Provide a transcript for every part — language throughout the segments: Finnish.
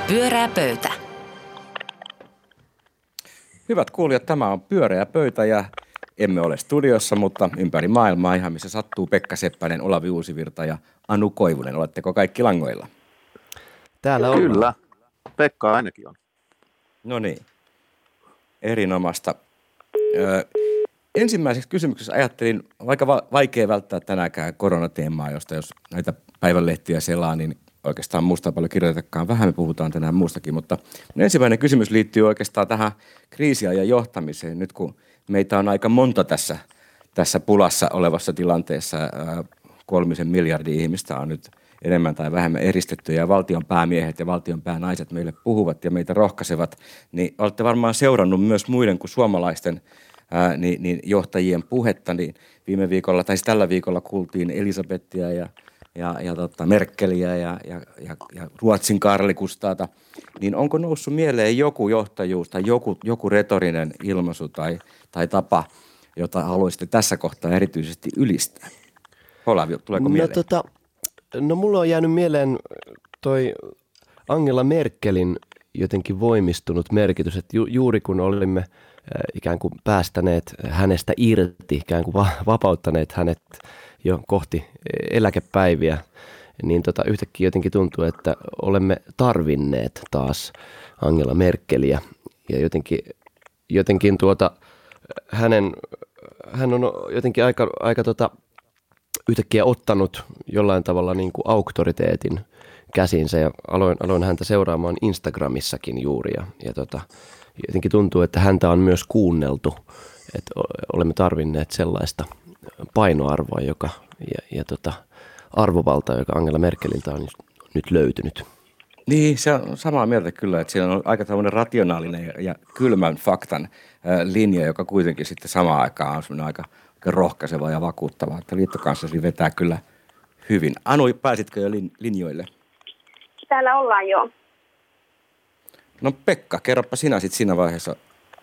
Pyöreä pöytä. Hyvät kuulijat, tämä on Pyöreä pöytä ja emme ole studiossa, mutta ympäri maailmaa ihan missä sattuu Pekka Seppänen, Olavi Uusivirta ja Anu Koivunen. Oletteko kaikki langoilla? Täällä ollaan. Kyllä, Pekka ainakin on. No niin, erinomaista. Ensimmäiseksi kysymyksessä ajattelin, vaikka vaikea välttää tänäänkään koronateemaa, josta jos näitä päivänlehtiä selaa, niin oikeastaan muusta paljon kirjoitetakaan. Vähän me puhutaan tänään muustakin, mutta ensimmäinen kysymys liittyy oikeastaan tähän kriisiajan johtamiseen. Nyt kun meitä on aika monta tässä pulassa olevassa tilanteessa, 3 miljardia ihmistä on nyt enemmän tai vähemmän eristetty ja valtion päämiehet ja valtion päänaiset meille puhuvat ja meitä rohkaisevat, niin olette varmaan seurannut myös muiden kuin suomalaisten niin johtajien puhetta, niin viime viikolla, tai siis tällä viikolla kuultiin Elisabettia ja Merkeliä ja Ruotsin Karli Kustata, niin onko noussut mieleen joku johtajuus tai joku retorinen ilmaisu tai tapa, jota haluaisitte tässä kohtaa erityisesti ylistää? Olavi, tuleeko mieleen? No mulla on jäänyt mieleen toi Angela Merkelin jotenkin voimistunut merkitys, että juuri kun olimme ikään kuin päästäneet hänestä irti, ikään kuin vapauttaneet hänet jo kohti eläkepäiviä, niin yhtäkkiä jotenkin tuntuu, että olemme tarvinneet taas Angela Merkeliä ja jotenkin hän on jotenkin aika yhtäkkiä ottanut jollain tavalla niin kuin auktoriteetin käsinsä ja aloin häntä seuraamaan Instagramissakin juuri ja jotenkin tuntuu, että häntä on myös kuunneltu, että olemme tarvinneet sellaista painoarvoa ja arvovaltaa, joka Angela Merkeliltä on nyt löytynyt. Niin, se on samaa mieltä kyllä, että siinä on aika tämmöinen rationaalinen ja kylmän faktan linja, joka kuitenkin sitten samaan aikaan on semmoinen aika rohkaiseva ja vakuuttava, että liittokansleri vetää kyllä hyvin. Anu, pääsitkö jo linjoille? Täällä ollaan jo. No Pekka, kerropa sinä sitten siinä vaiheessa,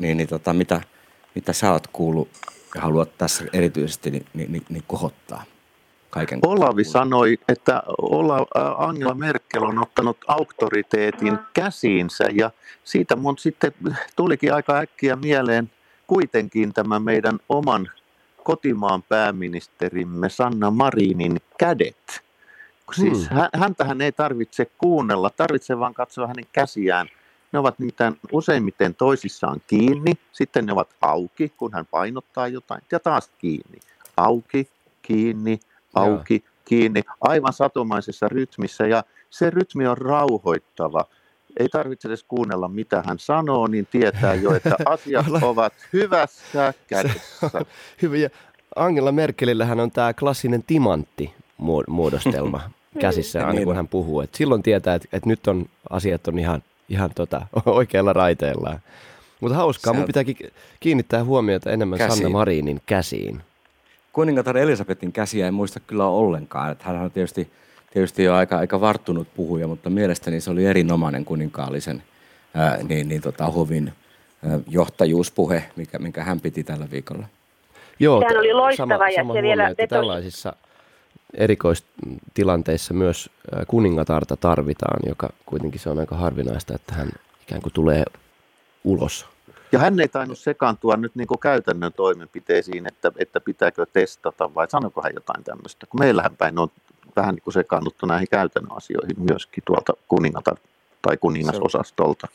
mitä sä oot kuullut ja haluat tässä erityisesti niin kohottaa kaiken. Olavi sanoi, että Angela Merkel on ottanut auktoriteetin käsiinsä ja siitä mun sitten tulikin aika äkkiä mieleen kuitenkin tämä meidän oman kotimaan pääministerimme Sanna Marinin kädet. Siis häntähän ei tarvitse kuunnella, tarvitsee vaan katsoa hänen käsiään. Ne ovat nimittäin useimmiten toisissaan kiinni, sitten ne ovat auki, kun hän painottaa jotain, ja taas kiinni. Auki, kiinni, auki, kiinni, aivan satumaisessa rytmissä, ja se rytmi on rauhoittava. Ei tarvitse edes kuunnella, mitä hän sanoo, niin tietää jo, että asiat ovat hyvässä kädessä. Hyvä, ja Angela Merkelillähän on tämä klassinen timantti-muodostelma käsissä, aina kun hän puhuu. Et silloin tietää, että nyt asiat on ihan oikealla raiteellaan. Mutta hauskaa, mun pitääkin kiinnittää huomiota enemmän Sanna Marinin käsiin. Kuningatar Elisabetin käsiä ei muista kyllä ollenkaan. Että hän on tietysti jo aika varttunut puhuja, mutta mielestäni se oli erinomainen kuninkaallisen hovin johtajuuspuhe, minkä hän piti tällä viikolla. Joo, sehän oli loistava ja sama se vielä että tällaisissa erikoistilanteissa myös kuningatarta tarvitaan, joka kuitenkin se on aika harvinaista, että hän ikään kuin tulee ulos. Ja hän ei tainnut sekaantua nyt niin kuin käytännön toimenpiteisiin, että pitääkö testata vai sanoiko hän jotain tämmöistä, kun meillähän päin on vähän niin kuin sekaannuttu näihin käytännön asioihin myöskin tuolta kuningatar tai kuningasosastolta.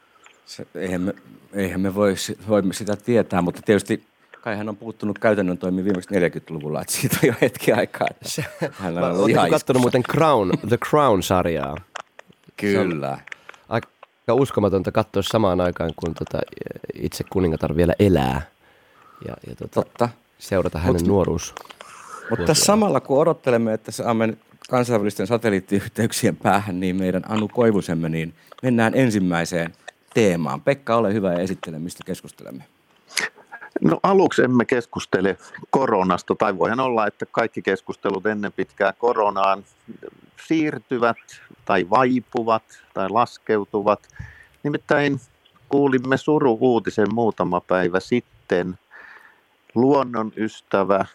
Eihän me voimme sitä tietää, mutta tietysti kai hän on puuttunut käytännön toimiin viimeksi 40-luvulla, että siitä on jo hetki aikaa. Oletko katsonut muuten The Crown-sarjaa? Kyllä. Aika uskomatonta katsoa samaan aikaan, kun itse kuningatar vielä elää ja Totta. Seurata hänen nuoruus. Mutta tässä samalla, kun odottelemme, että saamme kansainvälisten satelliittiyhteyksien päähän, niin meidän Anu Koivusemme, niin mennään ensimmäiseen teemaan. Pekka, ole hyvä ja esittele, mistä keskustelemme. No aluksi emme keskustele koronasta, tai voihan olla, että kaikki keskustelut ennen pitkää koronaan siirtyvät tai vaipuvat tai laskeutuvat. Nimittäin kuulimme suru-uutisen muutama päivä sitten. Luonnonystävä,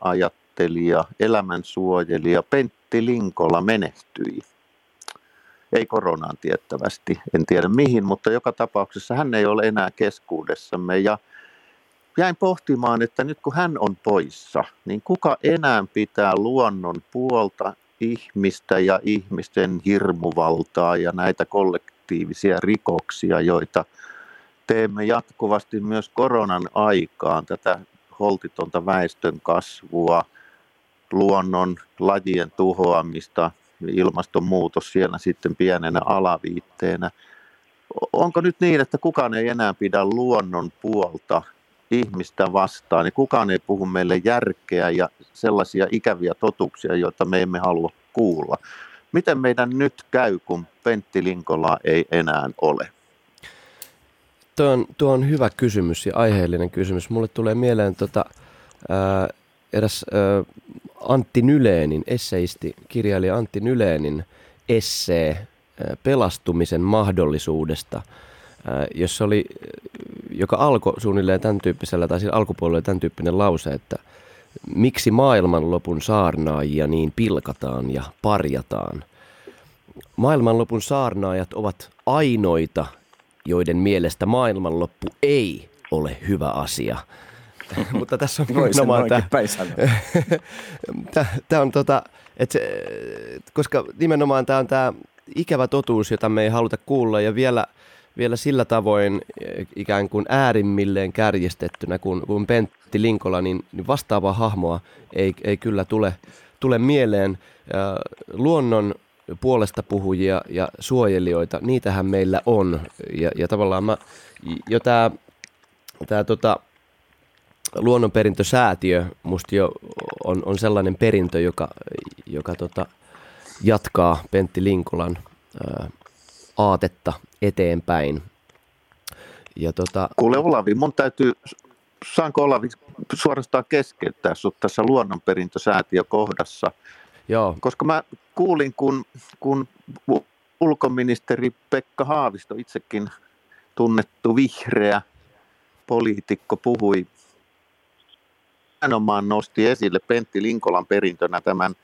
toisinajattelija, elämänsuojelija Pentti Linkola menehtyi. ei koronaan tiettävästi, en tiedä mihin, mutta joka tapauksessa hän ei ole enää keskuudessamme ja jäin pohtimaan, että nyt kun hän on poissa, niin kuka enää pitää luonnon puolta, ihmistä ja ihmisten hirmuvaltaa ja näitä kollektiivisia rikoksia, joita teemme jatkuvasti myös koronan aikaan, tätä holtitonta väestön kasvua, luonnon lajien tuhoamista, ilmastonmuutos siellä sitten pienenä alaviitteenä. Onko nyt niin, että kukaan ei enää pidä luonnon puolta ihmistä vastaan ja kukaan ei puhu meille järkeä ja sellaisia ikäviä totuuksia, joita me emme halua kuulla? Miten meidän nyt käy, kun Pentti Linkolaa ei enää ole? Tuo on hyvä kysymys ja aiheellinen kysymys. Mulle tulee mieleen eräs Antti Nylénin, esseisti, kirjailija Antti Nylénin essee pelastumisen mahdollisuudesta, joka alkoi suunnilleen tämän tyyppisellä, tai siinä alkupuolella tämän tyyppinen lause, että miksi maailmanlopun saarnaajia niin pilkataan ja parjataan. Maailmanlopun saarnaajat ovat ainoita, joiden mielestä maailmanloppu ei ole hyvä asia. Mutta tässä on nimenomaan tämä on koska nimenomaan tämä on tämä ikävä totuus, jota me ei haluta kuulla ja vielä sillä tavoin ikään kuin äärimmilleen kärjestettynä kuin Pentti Linkola, niin vastaavaa hahmoa ei kyllä tule mieleen. Luonnon puolesta puhujia ja suojelijoita, niitähän meillä on. Ja tavallaan tämä luonnonperintösäätiö musta jo on sellainen perintö, joka jatkaa Pentti Linkolan aatetta eteenpäin. Ja Kuule Olavi, saanko Olavi suorastaan keskeyttää sut tässä luonnonperintösäätiökohdassa? Joo. Koska mä kuulin, kun ulkoministeri Pekka Haavisto, itsekin tunnettu vihreä poliitikko, puhui, nimenomaan nosti esille Pentti Linkolan perintönä tämän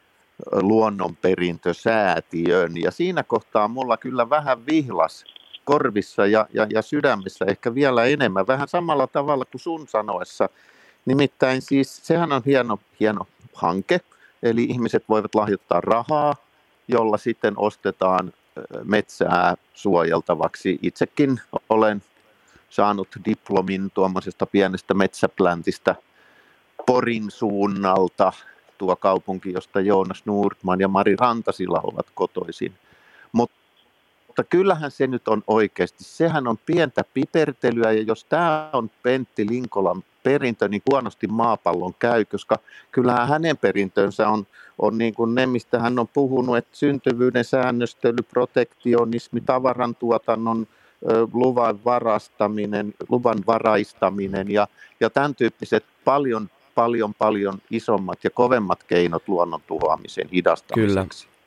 luonnonperintösäätiön. Ja siinä kohtaa mulla kyllä vähän vihlas korvissa ja sydämessä ehkä vielä enemmän, vähän samalla tavalla kuin sun sanoessa. Nimittäin siis sehän on hieno hanke, eli ihmiset voivat lahjoittaa rahaa, jolla sitten ostetaan metsää suojeltavaksi. Itsekin olen saanut diplomin tuommoisesta pienestä metsäpläntistä Porin suunnalta, tuo kaupunki, josta Joonas Nordman ja Mari Rantasila ovat kotoisin. Mutta kyllähän se nyt on oikeasti, sehän on pientä pipertelyä, ja jos tämä on Pentti Linkolan perintö, niin huonosti maapallon käy, koska kyllähän hänen perintönsä on niin kuin ne, mistä hän on puhunut, että syntyvyyden säännöstely, protektionismi, tavarantuotannon luvan varaistaminen ja tämän tyyppiset paljon isommat ja kovemmat keinot luonnon tuhoamisen hidastamiseksi. Kyllä.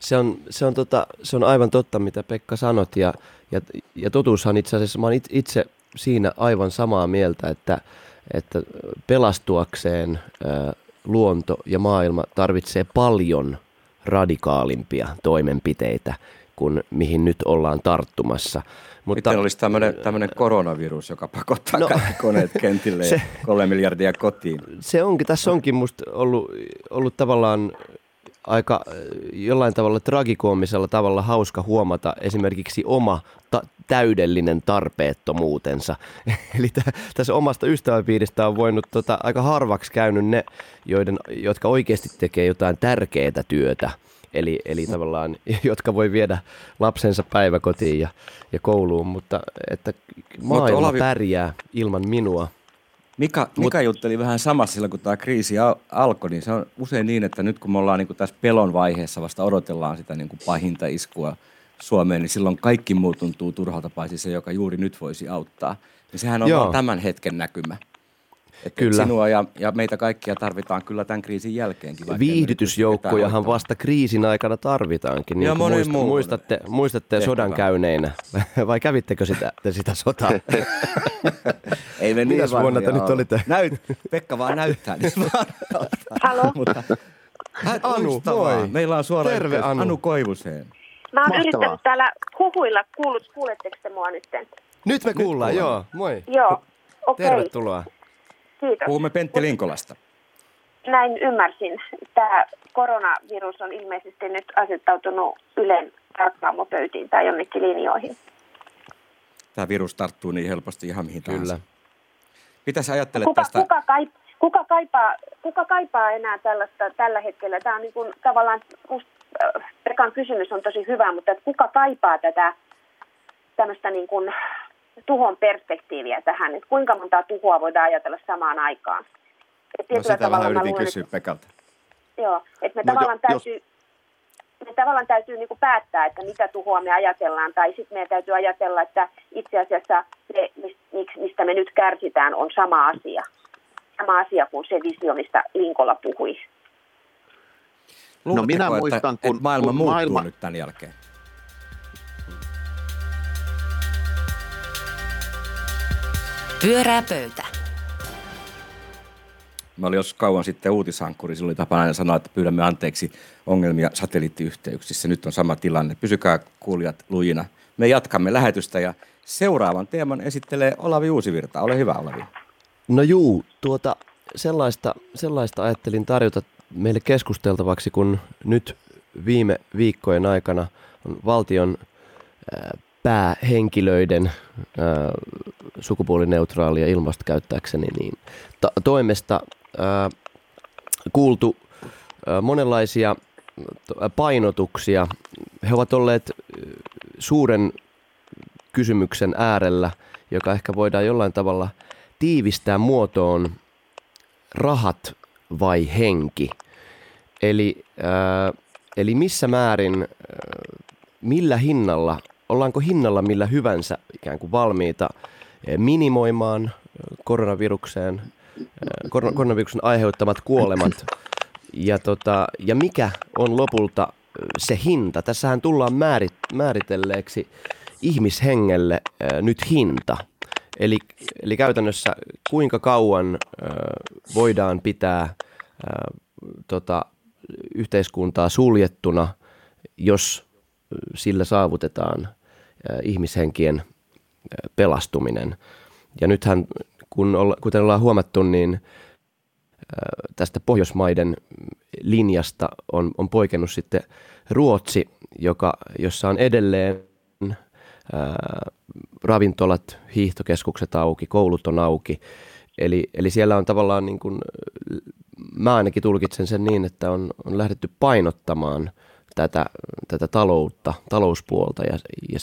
Se on aivan totta, mitä Pekka sanot, ja totuushan itse asiassa, mä olen itse siinä aivan samaa mieltä, että pelastuakseen luonto ja maailma tarvitsee paljon radikaalimpia toimenpiteitä kuin mihin nyt ollaan tarttumassa. Mutta miten olisi tämmöinen koronavirus, joka pakottaa kaikki koneet kentille ja 3 miljardia kotiin? Tässä onkin musta ollut tavallaan aika jollain tavalla tragikoomisella tavalla hauska huomata esimerkiksi oma täydellinen tarpeettomuutensa. Eli tässä omasta ystäväpiiristä on voinut aika harvaksi käynyt ne, jotka oikeasti tekee jotain tärkeää työtä. Eli tavallaan, jotka voi viedä lapsensa päiväkotiin ja kouluun, mutta että maailma pärjää ilman minua. Mika jutteli vähän samassa silloin, kun tämä kriisi alkoi, niin se on usein niin, että nyt kun me ollaan niin kuin tässä pelon vaiheessa, vasta odotellaan sitä niin kuin pahinta iskua Suomeen, niin silloin kaikki muu tuntuu turhalta, paitsi se, joka juuri nyt voisi auttaa. Ja sehän on vaan tämän hetken näkymä. Että sinua ja meitä kaikkia tarvitaan kyllä tämän kriisin jälkeenkin. Viihdytysjoukkojahan vasta kriisin aikana tarvitaankin, niin kuin muistatte sodan käyneinä. Vai kävittekö sitä sotaa? Ei me niin vuonna te nyt olitte? Pekka vaan näyttää. Halo. Anu, moi. Meillä on suora Terve, Anu. Anu Koivuseen. Mä oon Mahtavaa. yrittänyt täällä huhuilla. Kuuletteko te mua nyt? Nyt me kuullaan, joo. Moi. Joo, okei. Tervetuloa. Kiitos. Puhumme Pentti Linkolasta. Näin ymmärsin. Tämä koronavirus on ilmeisesti nyt asettautunut Ylen tarkkaamopöytiin tai jonnekin linjoihin. Tämä virus tarttuu niin helposti ihan mihin tahansa. Kyllä. Mitä sä ajattelet tästä? Kuka kaipaa enää tällaista tällä hetkellä? Tämä on niin kuin, tavallaan, Pekan kysymys on tosi hyvä, mutta että kuka kaipaa tätä tämmöistä niin kuin tuhon perspektiiviä tähän, että kuinka montaa tuhoa voidaan ajatella samaan aikaan? No sitä vähän yritin kysyä Pekalta. Joo, että me No tavallaan täytyy niin kuin päättää, että mitä tuhoa me ajatellaan, tai sitten meidän täytyy ajatella, että itse asiassa se, mistä me nyt kärsitään, on sama asia. Sama asia kuin se visio, mistä Linkola puhui. Luuletteko, minä muistan, että kun maailma muuttuu maailma nyt tämän jälkeen? Pyörää pöytä. Mä olin joskus kauan sitten uutishankkuri, silloin oli tapana aina sanoa, että pyydämme anteeksi ongelmia satelliittiyhteyksissä. Nyt on sama tilanne. Pysykää kuulijat lujina. Me jatkamme lähetystä ja seuraavan teeman esittelee Olavi Uusivirta. Ole hyvä, Olavi. No juu, sellaista ajattelin tarjota meille keskusteltavaksi, kun nyt viime viikkojen aikana on valtion päähenkilöiden sukupuolineutraalia ilmaista käyttääkseni niin toimesta kuultu monenlaisia painotuksia. He ovat olleet suuren kysymyksen äärellä, joka ehkä voidaan jollain tavalla tiivistää muotoon rahat vai henki. Eli missä määrin, millä hinnalla, ollaanko hinnalla millä hyvänsä ikään kuin valmiita minimoimaan koronaviruksen aiheuttamat kuolemat ja mikä on lopulta se hinta. Tässähän tullaan määritelleeksi ihmishengelle nyt hinta. Eli käytännössä kuinka kauan voidaan pitää yhteiskuntaa suljettuna, jos sillä saavutetaan ihmishenkien pelastuminen. Ja nythän, kuten ollaan huomattu, niin tästä Pohjoismaiden linjasta on poikennut sitten Ruotsi, jossa on edelleen ravintolat, hiihtokeskukset auki, koulut on auki. Eli siellä on tavallaan, niin kuin, mä ainakin tulkitsen sen niin, että on lähdetty painottamaan tätä talouspuolta ja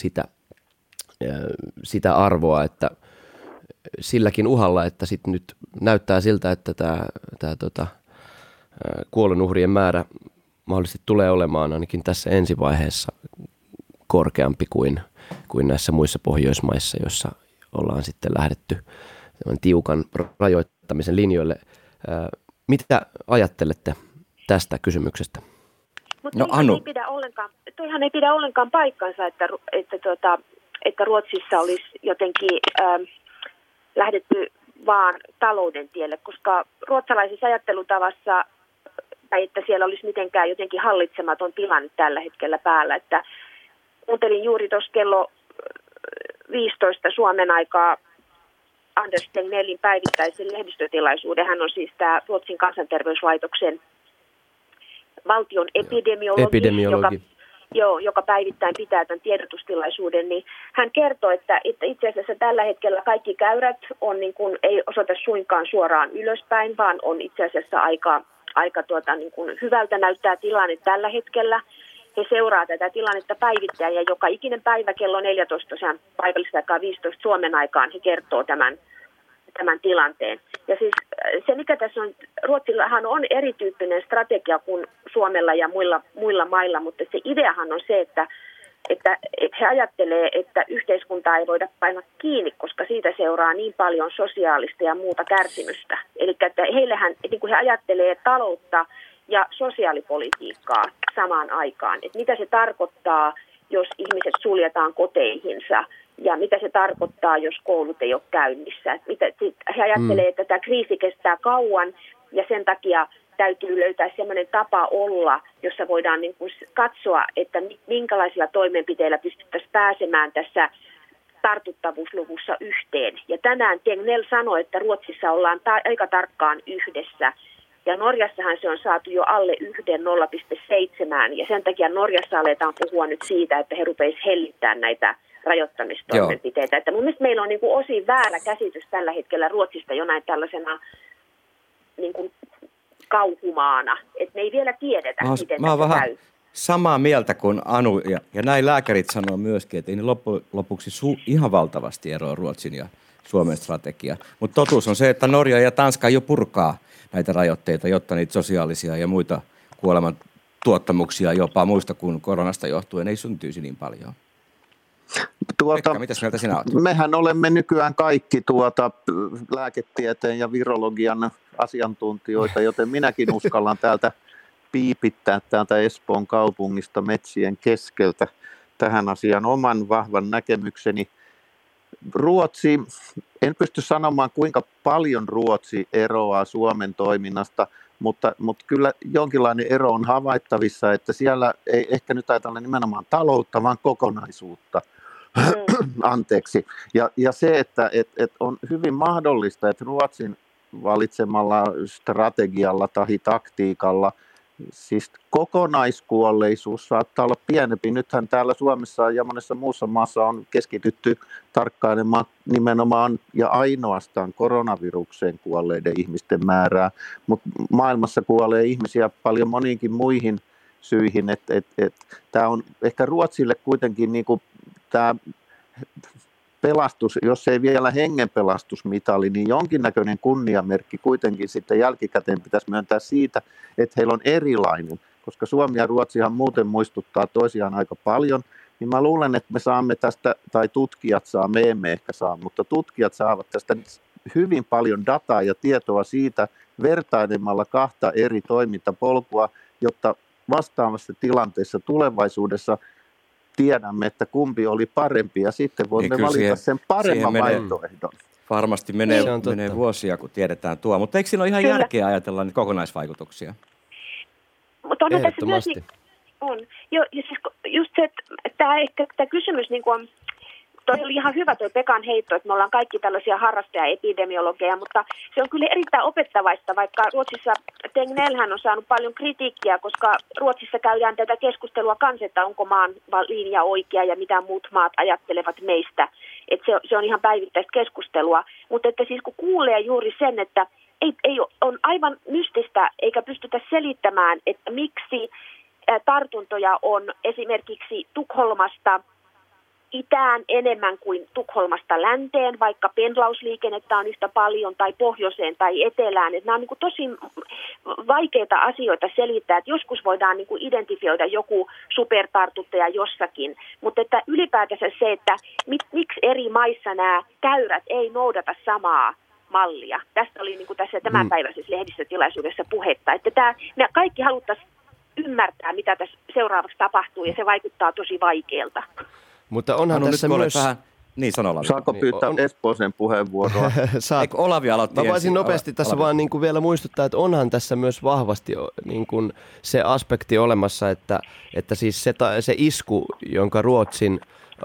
sitä arvoa, että silläkin uhalla, että sitten nyt näyttää siltä, että tämä kuolonuhrien määrä mahdollisesti tulee olemaan ainakin tässä ensivaiheessa korkeampi kuin näissä muissa Pohjoismaissa, joissa ollaan sitten lähdetty tiukan rajoittamisen linjoille. Mitä ajattelette tästä kysymyksestä? Mutta toihan ei pidä ollenkaan paikkansa, että Ruotsissa olisi jotenkin lähdetty vaan talouden tielle, koska ruotsalaisessa ajattelutavassa, tai että siellä olisi mitenkään jotenkin hallitsematon tilanne tällä hetkellä päällä, että kuuntelin juuri tuossa kello 15 Suomen aikaa Anders Tegnellin päivittäisen lehdistötilaisuuden. Hän on siis tämä Ruotsin kansanterveyslaitoksen valtion epidemiologi. Joka päivittäin pitää tämän tiedotustilaisuuden, niin hän kertoo, että itse asiassa tällä hetkellä kaikki käyrät on niin kuin, ei osoita suinkaan suoraan ylöspäin, vaan on itse asiassa aika niin kuin hyvältä näyttää tilanne tällä hetkellä. He seuraa tätä tilannetta päivittäin ja joka ikinen päivä kello 14, tosiaan paikallista aikaa 15 Suomen aikaan, he kertoo tämän tilanteen. Ja siis se, mikä tässä on, Ruotsillahan on erityyppinen strategia kuin Suomella ja muilla mailla, mutta se ideahan on se, että he ajattelee, että yhteiskuntaa ei voida painaa kiinni, koska siitä seuraa niin paljon sosiaalista ja muuta kärsimystä. Eli että heillähän, niin kuin he ajattelee taloutta ja sosiaalipolitiikkaa samaan aikaan. Että mitä se tarkoittaa, jos ihmiset suljetaan koteihinsa ja mitä se tarkoittaa, jos koulut ei ole käynnissä. He ajattelee, että tämä kriisi kestää kauan ja sen takia täytyy löytää sellainen tapa olla, jossa voidaan niin kuin katsoa, että minkälaisilla toimenpiteillä pystyttäisiin pääsemään tässä tartuttavuusluvussa yhteen. Ja tänään Tegnell sanoi, että Ruotsissa ollaan aika tarkkaan yhdessä. Ja Norjassahan se on saatu jo alle 0,7. Ja sen takia Norjassa aletaan puhua nyt siitä, että he rupeisivat hellittää näitä rajoittamistoimenpiteitä. Että mun mielestä meillä on niin kuin osin väärä käsitys tällä hetkellä Ruotsista jonain tällaisena niin kuin kauhumaana. Että me ei vielä tiedetä, miten tässä käy. Samaa mieltä kuin Anu, ja näin lääkärit sanoo myöskin, että ei ne lopuksi ihan valtavasti eroa Ruotsin ja Suomen strategia. Mutta totuus on se, että Norja ja Tanska jo purkaa näitä rajoitteita, jotta niitä sosiaalisia ja muita kuoleman tuottamuksia jopa muista kuin koronasta johtuen ei syntyisi niin paljon. Pekka, mitäs mieltä sinä olet? Mehän olemme nykyään kaikki lääketieteen ja virologian asiantuntijoita, joten minäkin uskallan täältä piipittää täältä Espoon kaupungista metsien keskeltä tähän asiaan oman vahvan näkemykseni. Ruotsi, en pysty sanomaan kuinka paljon Ruotsi eroaa Suomen toiminnasta, mutta kyllä jonkinlainen ero on havaittavissa, että siellä ei ehkä nyt ajatella nimenomaan taloutta, vaan kokonaisuutta. Anteeksi. Ja se, että on hyvin mahdollista, että Ruotsin valitsemalla strategialla tai taktiikalla siis kokonaiskuolleisuus saattaa olla pienempi. Nythän täällä Suomessa ja monessa muussa maassa on keskitytty tarkkailemaan nimenomaan ja ainoastaan koronavirukseen kuolleiden ihmisten määrää, mutta maailmassa kuolee ihmisiä paljon moniinkin muihin syihin. Tämä on ehkä Ruotsille kuitenkin niin kuin tämä pelastus, jos ei vielä hengenpelastusmitali, niin jonkinnäköinen kunniamerkki kuitenkin sitten jälkikäteen pitäisi myöntää siitä, että heillä on erilainen, koska Suomi ja Ruotsihan muuten muistuttaa toisiaan aika paljon, niin mä luulen, että me saamme tästä, tai tutkijat saa, me emme ehkä saa, mutta tutkijat saavat tästä hyvin paljon dataa ja tietoa siitä vertailemalla kahta eri toimintapolkua, jotta vastaavassa tilanteessa tulevaisuudessa tiedämme, että kumpi oli parempi ja sitten voimme valita sen paremman vaihtoehdon. Varmasti menee vuosia, kun tiedetään tuo, mutta eikö siinä ole ihan järkeä ajatella niitä kokonaisvaikutuksia? Mutta onhan tässä myös, on. Ja siis just se, että tämä kysymys niin on, toi oli ihan hyvä tuo Pekan heitto, että me ollaan kaikki tällaisia harrastaja-epidemiologeja, mutta se on kyllä erittäin opettavaista, vaikka Ruotsissa Tegnellhän on saanut paljon kritiikkiä, koska Ruotsissa käydään tätä keskustelua kanssa, että onko maan linja oikea ja mitä muut maat ajattelevat meistä. Että se on ihan päivittäistä keskustelua, mutta että siis kun kuulee juuri sen, että ei on aivan mystistä eikä pystytä selittämään, että miksi tartuntoja on esimerkiksi Tukholmasta itään enemmän kuin Tukholmasta länteen, vaikka pendlausliikennettä on yhtä paljon, tai pohjoiseen tai etelään. Että nämä on niin kuin tosi vaikeita asioita selittää, että joskus voidaan niin kuin identifioida joku supertartuttaja jossakin, mutta että ylipäätänsä se, että miksi eri maissa nämä käyrät ei noudata samaa mallia. Tästä oli niin kuin tässä tämänpäiväisessä lehdistötilaisuudessa puhetta, että me kaikki haluttaisiin ymmärtää, mitä tässä seuraavaksi tapahtuu, ja se vaikuttaa tosi vaikealta. Mutta onhan tässä myös... Vähän... Niin, sano Olavi. Saako pyytää Espooseen puheenvuoroa? Eikö Olavi aloitti? Mä voisin nopeasti tässä vaan niin kuin vielä muistuttaa, että onhan tässä myös vahvasti niin kuin se aspekti olemassa, että siis se isku, jonka Ruotsi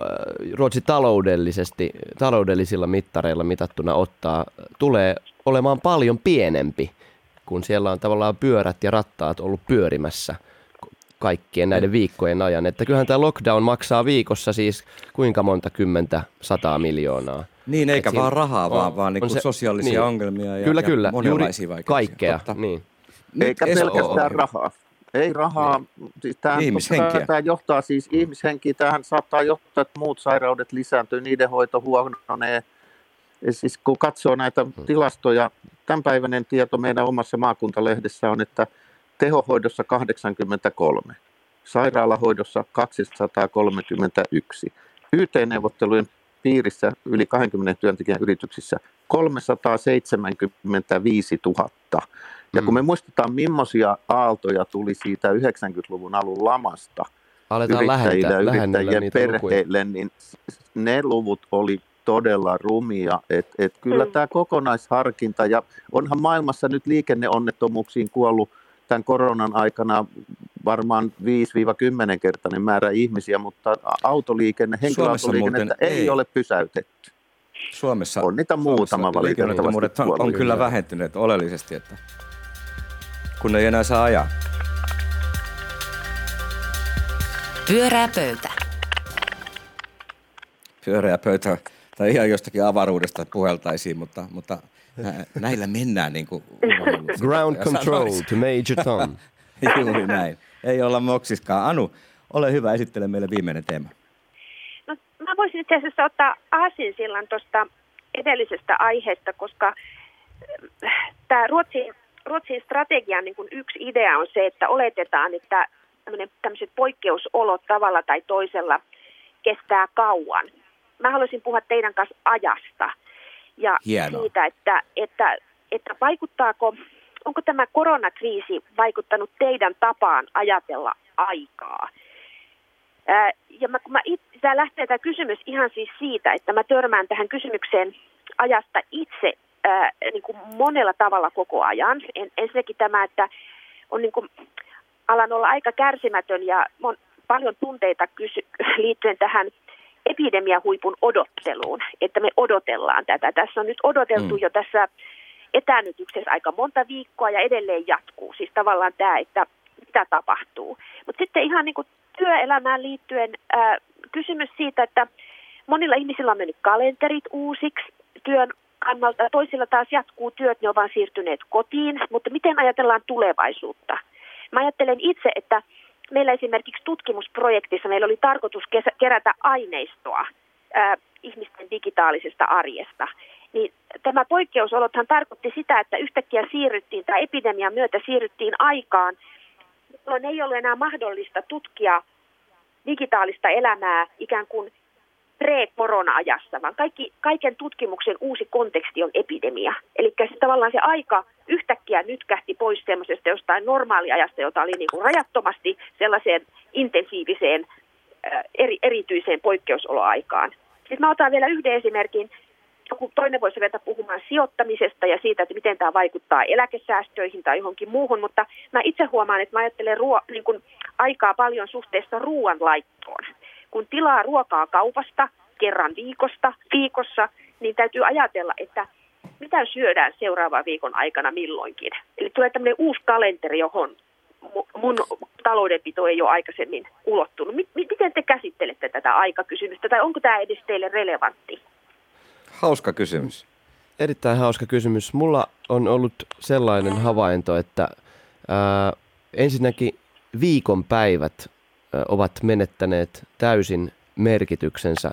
taloudellisilla mittareilla mitattuna ottaa, tulee olemaan paljon pienempi, kun siellä on tavallaan pyörät ja rattaat ollut pyörimässä kaikkien näiden viikkojen ajan. Että kyllähän tämä lockdown maksaa viikossa siis kuinka monta 100 miljoonaa. Niin, eikä vaan rahaa, vaan niin kuin sosiaalisia ongelmia ja monenlaisia vaikeuksia. Kaikkea, niin. Eikä pelkästään rahaa. Ei rahaa. Siis tämä johtaa siis ihmishenkiä. Tähän saattaa johtaa, että muut sairaudet lisääntyy, niiden hoito huononee. Siis kun katsoo näitä tilastoja, tämänpäiväinen tieto meidän omassa maakuntalehdessä on, että tehohoidossa 83, sairaalahoidossa 231, YT-neuvottelujen piirissä yli 20 työntekijän yrityksissä 375 000. Ja kun me muistetaan, millaisia aaltoja tuli siitä 90-luvun alun lamasta yrittäjille ja yrittäjien perheille, niin ne luvut oli todella rumia. Kyllä tämä kokonaisharkinta, ja onhan maailmassa nyt liikenneonnettomuuksiin kuollut tämän koronan aikana varmaan 5-10-kertainen määrä ihmisiä, mutta henkilöautoliikennettä ei ole pysäytetty. Suomessa on niitä muutama valitettavasti on kyllä vähentyneet oleellisesti, että kun ei enää saa ajaa. Pyörää pöytä. Pyöreä pöytä, tai ihan jostakin avaruudesta puheltaisiin, mutta näillä mennään niin kuin ground control to Major Tom. Juuri näin. Ei olla moksiskaan. Anu, ole hyvä, esittele meille viimeinen teema. No, mä voisin itse asiassa ottaa aasinsillan tuosta edellisestä aiheesta, koska tämä Ruotsin strategian niin kuin yksi idea on se, että oletetaan, että tämmöiset poikkeusolot tavalla tai toisella kestää kauan. Mä haluaisin puhua teidän kanssa ajasta ja hienoa. Siitä, että onko tämä koronakriisi vaikuttanut teidän tapaan ajatella aikaa? Tämä lähtee tämä kysymys ihan siis siitä, että mä törmään tähän kysymykseen ajasta itse niin kuin monella tavalla koko ajan. Ensinnäkin tämä, että on niin kuin, alan olla aika kärsimätön ja paljon tunteita liittyen tähän epidemiahuipun odotteluun, että me odotellaan tätä. Tässä on nyt odoteltu jo tässä etäännytyksessä aika monta viikkoa ja edelleen jatkuu. Siis tavallaan tämä, että mitä tapahtuu. Mutta sitten ihan niin kuin työelämään liittyen kysymys siitä, että monilla ihmisillä on mennyt kalenterit uusiksi työn kannalta. Toisilla taas jatkuu työt, ne on vaan siirtyneet kotiin. Mutta miten ajatellaan tulevaisuutta? Mä ajattelen itse, että meillä esimerkiksi tutkimusprojektissa meillä oli tarkoitus kerätä aineistoa ihmisten digitaalisesta arjesta. Niin tämä poikkeusolothan tarkoitti sitä, että yhtäkkiä tai epidemian myötä siirryttiin aikaan, jolloin ei ollut enää mahdollista tutkia digitaalista elämää ikään kuin pre-korona-ajassa, vaan kaiken tutkimuksen uusi konteksti on epidemia. Eli tavallaan se aika yhtäkkiä nytkähti pois semmoisesta jostain normaaliajasta, jota oli niin kuin rajattomasti sellaiseen intensiiviseen, erityiseen poikkeusoloaikaan. Sitten mä otan vielä yhden esimerkin. Joku toinen voisi ruveta puhumaan sijoittamisesta ja siitä, että miten tämä vaikuttaa eläkesäästöihin tai johonkin muuhun, mutta mä itse huomaan, että mä ajattelen niin kuin aikaa paljon suhteessa ruoanlaittoon. Kun tilaa ruokaa kaupasta kerran viikossa, niin täytyy ajatella, että mitä syödään seuraavan viikon aikana milloinkin. Eli tulee tämmöinen uusi kalenteri, johon mun taloudenpito ei ole aikaisemmin ulottunut. Miten te käsittelette tätä aikakysymystä, tai onko tämä edes teille relevantti? Hauska kysymys. Erittäin hauska kysymys. Mulla on ollut sellainen havainto, että ensinnäkin viikonpäivät ovat menettäneet täysin merkityksensä.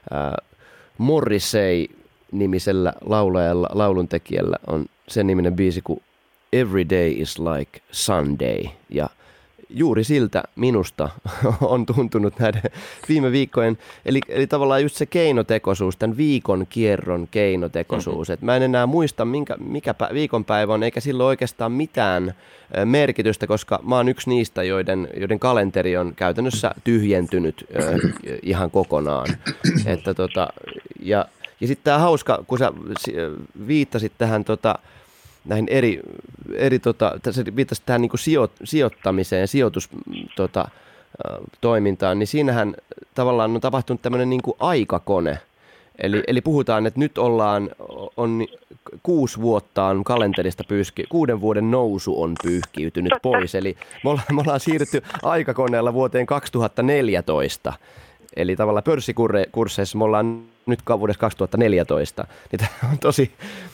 Morrissey-nimisellä laulajalla, lauluntekijällä on sen niminen biisi kuin Every Day is Like Sunday, ja juuri siltä minusta on tuntunut näiden viime viikkojen, eli tavallaan just se keinotekoisuus, tämän viikon kierron keinotekoisuus. Et mä en enää muista, mikä viikonpäivä on, eikä sillä ole oikeastaan mitään merkitystä, koska mä oon yksi niistä, joiden kalenteri on käytännössä tyhjentynyt ihan kokonaan. Ja sitten tämä hauska, kun sä viittasit tähän näihin viittasit tähän niinku sijoittamiseen, toimintaan, niin siinähän tavallaan on tapahtunut tämmöinen niinku aikakone. Eli puhutaan, että nyt on 6 vuotta on kalenterista 6 vuoden nousu on pyyhkiytynyt pois. Eli me ollaan siirrytty aikakoneella vuoteen 2014. Eli tavallaan pörssikursseissa me ollaan nyt vuodessa 2014. Niin tämä on tosi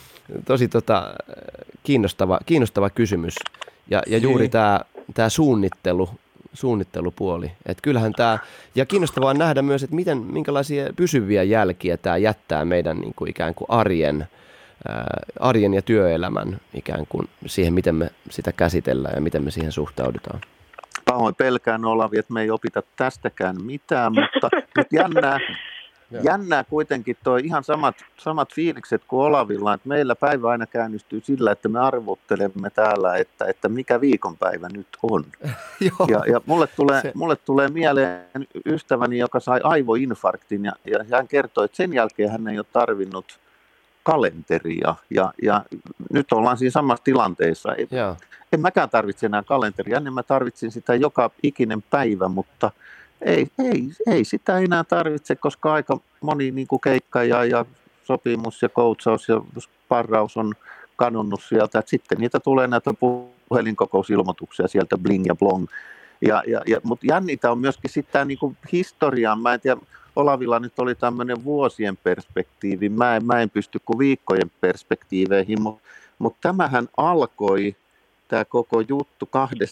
kiinnostava kysymys. Ja juuri tämä suunnittelupuoli. Että kyllähän tämä, ja kiinnostavaa on nähdä myös, että minkälaisia pysyviä jälkiä tämä jättää meidän niin kuin ikään kuin arjen ja työelämän ikään kuin siihen, miten me sitä käsitellään ja miten me siihen suhtaudutaan. Pahoin pelkään, Olavi, että me ei opita tästäkään mitään, mutta jännää kuitenkin toi ihan samat fiilikset kuin Olavilla, että meillä päivä aina käynnistyy sillä, että me arvottelemme täällä, että mikä viikonpäivä nyt on. ja mulle tulee mieleen ystäväni, joka sai aivoinfarktin ja hän kertoi, että sen jälkeen hän ei ole tarvinnut kalenteria ja nyt ollaan siinä samassa tilanteessa. en mäkään tarvitse enää kalenteria, ennen mä tarvitsin sitä joka ikinen päivä, mutta ei sitä enää tarvitse, koska aika moni niin kuin keikka ja sopimus ja coachaus ja sparraus on kadonnut sieltä, että sitten niitä tulee näitä puhelinkokousilmoituksia sieltä bling ja blong. Mutta jännitä on myöskin sitten tämä niinku historiaan. Mä en tiedä, Olavilla nyt oli tämmöinen vuosien perspektiivi. Mä en pysty kuin viikkojen perspektiiveihin, mutta tämähän alkoi, tämä koko juttu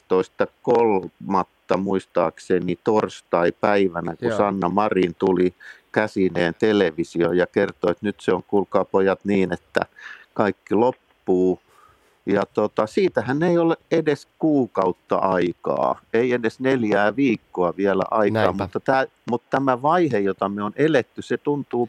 12.3. muistaakseni torstai-päivänä, kun Sanna Marin tuli käsineen televisioon ja kertoi, että nyt se on, kuulkaa pojat, niin, että kaikki loppuu. Ja siitähän ei ole edes kuukautta aikaa, ei edes 4 viikkoa vielä aikaa, mutta tämä vaihe, jota me on eletty, se tuntuu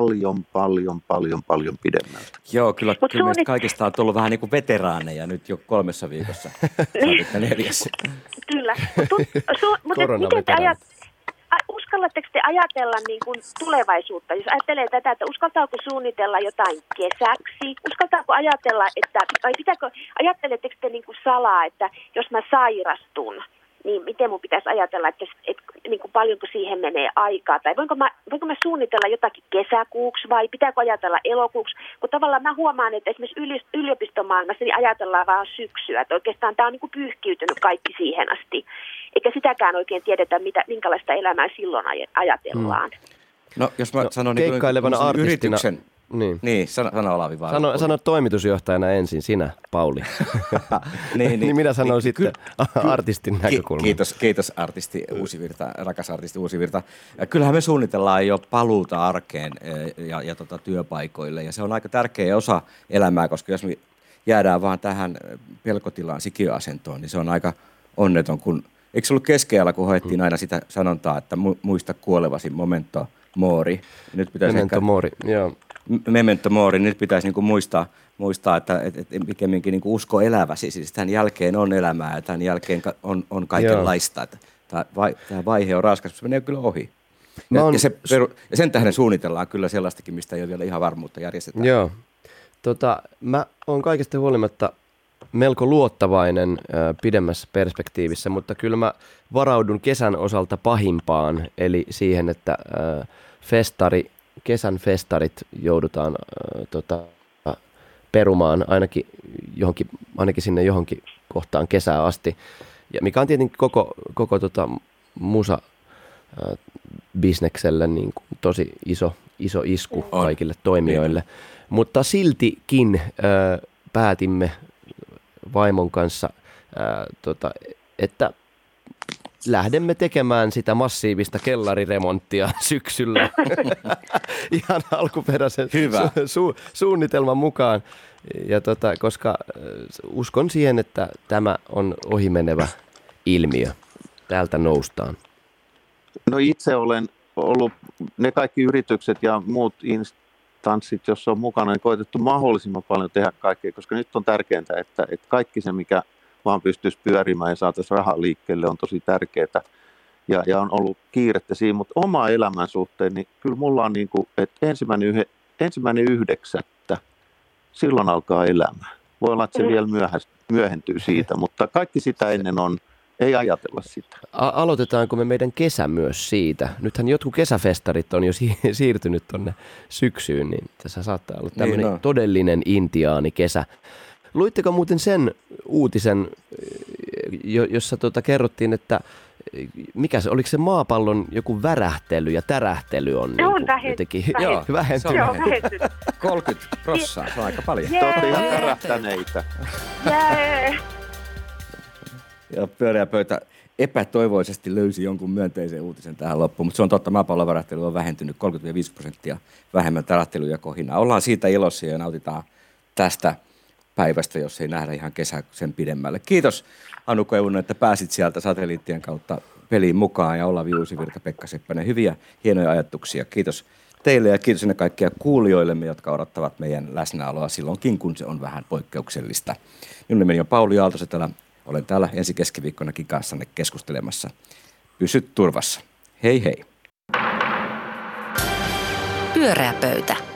paljon pidemmältä. Joo, kyllä meistä kaikista on tullut vähän niin kuin veteraaneja nyt jo 3 viikossa, saatte 4. Kyllä, mutta miten te uskallatteko te ajatella niin kuin tulevaisuutta, jos ajattelee tätä, että uskaltaako suunnitella jotain kesäksi, uskaltaako ajatella, vai ajatteletteko te niin kuin salaa, että jos mä sairastun, niin miten mun pitäisi ajatella, että niin kuin paljonko siihen menee aikaa, tai voinko mä suunnitella jotakin kesäkuuksi, vai pitääkö ajatella elokuuksi, kun tavallaan mä huomaan, että esimerkiksi yliopistomaailmassa niin ajatellaan vaan syksyä, että oikeastaan tämä on niin kuin pyyhkiytynyt kaikki siihen asti, eikä sitäkään oikein tiedetä, minkälaista elämää silloin ajatellaan. No jos mä sanon keikkailevana artistina, yrityksen. Niin, sano Olavi vaan. Sano toimitusjohtajana ensin sinä, Pauli. niin minä sanon sitten artistin näkökulmasta. Kiitos artisti Uusivirta, rakas artisti Uusivirta. Kyllähän me suunnitellaan jo paluuta arkeen ja työpaikoille, ja se on aika tärkeä osa elämää, koska jos me jäädään vaan tähän pelkotilaan, sikiöasentoon, niin se on aika onneton, kun eikö se ollut keskellä, kun hoettiin aina sitä sanontaa, että muista kuolevasi memento mori. Memento mori, joo. Memento mori, nyt pitäisi niinku muistaa, että pikemminkin niinku usko eläväsi. Siis tämän jälkeen on elämää ja tämän jälkeen on kaikenlaista. Että tämä vaihe on raskas, se menee kyllä ohi. Ja sen tähden suunnitellaan kyllä sellaistakin, mistä ei ole vielä ihan varmuutta järjestetään. Joo. Mä oon kaikesta huolimatta melko luottavainen pidemmässä perspektiivissä, mutta kyllä mä varaudun kesän osalta pahimpaan, eli siihen, että kesän festarit joudutaan perumaan ainakin sinne johonkin kohtaan kesää asti, ja mikä on tietenkin koko musa bisnekselle niin kuin tosi iso isku kaikille toimijoille, mutta siltikin päätimme vaimon kanssa, että lähdemme tekemään sitä massiivista kellariremonttia syksyllä ihan alkuperäisen suunnitelman mukaan. Ja koska uskon siihen, että tämä on ohimenevä ilmiö. Täältä noustaan. No itse olen ollut, ne kaikki yritykset ja muut instanssit, joissa on mukana, niin koetettu mahdollisimman paljon tehdä kaikkea, koska nyt on tärkeintä, että kaikki se, mikä vaan pystyisi pyörimään ja saataisiin rahaa liikkeelle, on tosi tärkeää. Ja on ollut kiirettä siinä, mutta oma elämän suhteen, niin kyllä mulla on niin kuin, että 1.9. silloin alkaa elämä. Voi olla, että se vielä myöhentyy siitä, mutta kaikki sitä ennen ei ajatella sitä. Aloitetaanko me meidän kesä myös siitä? Nythän jotkut kesäfestarit on jo siirtynyt tuonne syksyyn, niin tässä saattaa olla tämmöinen todellinen intiaanikesä. Luitteko muuten sen uutisen, jossa kerrottiin, että oliko se maapallon joku värähtely ja tärähtely on jotenkin vähentynyt? Joo, vähentynyt. 30%, se on aika paljon. Te olette ihan värähtäneitä. Ja Pyöreä pöytä epätoivoisesti löysi jonkun myönteisen uutisen tähän loppuun, mutta se on totta, maapallon värähtely on vähentynyt 35% vähemmän tärähtelyä ja kohinaa. Ollaan siitä iloisia ja nautitaan tästä päivästä, jos ei nähdä ihan kesä sen pidemmälle. Kiitos Anu Koivunen, että pääsit sieltä satelliittien kautta peliin mukaan, ja Olavi Uusivirta, Pekka Seppänen. Hyviä, hienoja ajatuksia. Kiitos teille ja kiitos ennen kaikkea kuulijoillemme, jotka odottavat meidän läsnäoloa silloinkin, kun se on vähän poikkeuksellista. Minun nimeni on Pauli Aaltosetälä. Olen täällä ensi keskiviikkonakin kanssanne keskustelemassa. Pysy turvassa. Hei hei. Pyöreä pöytä.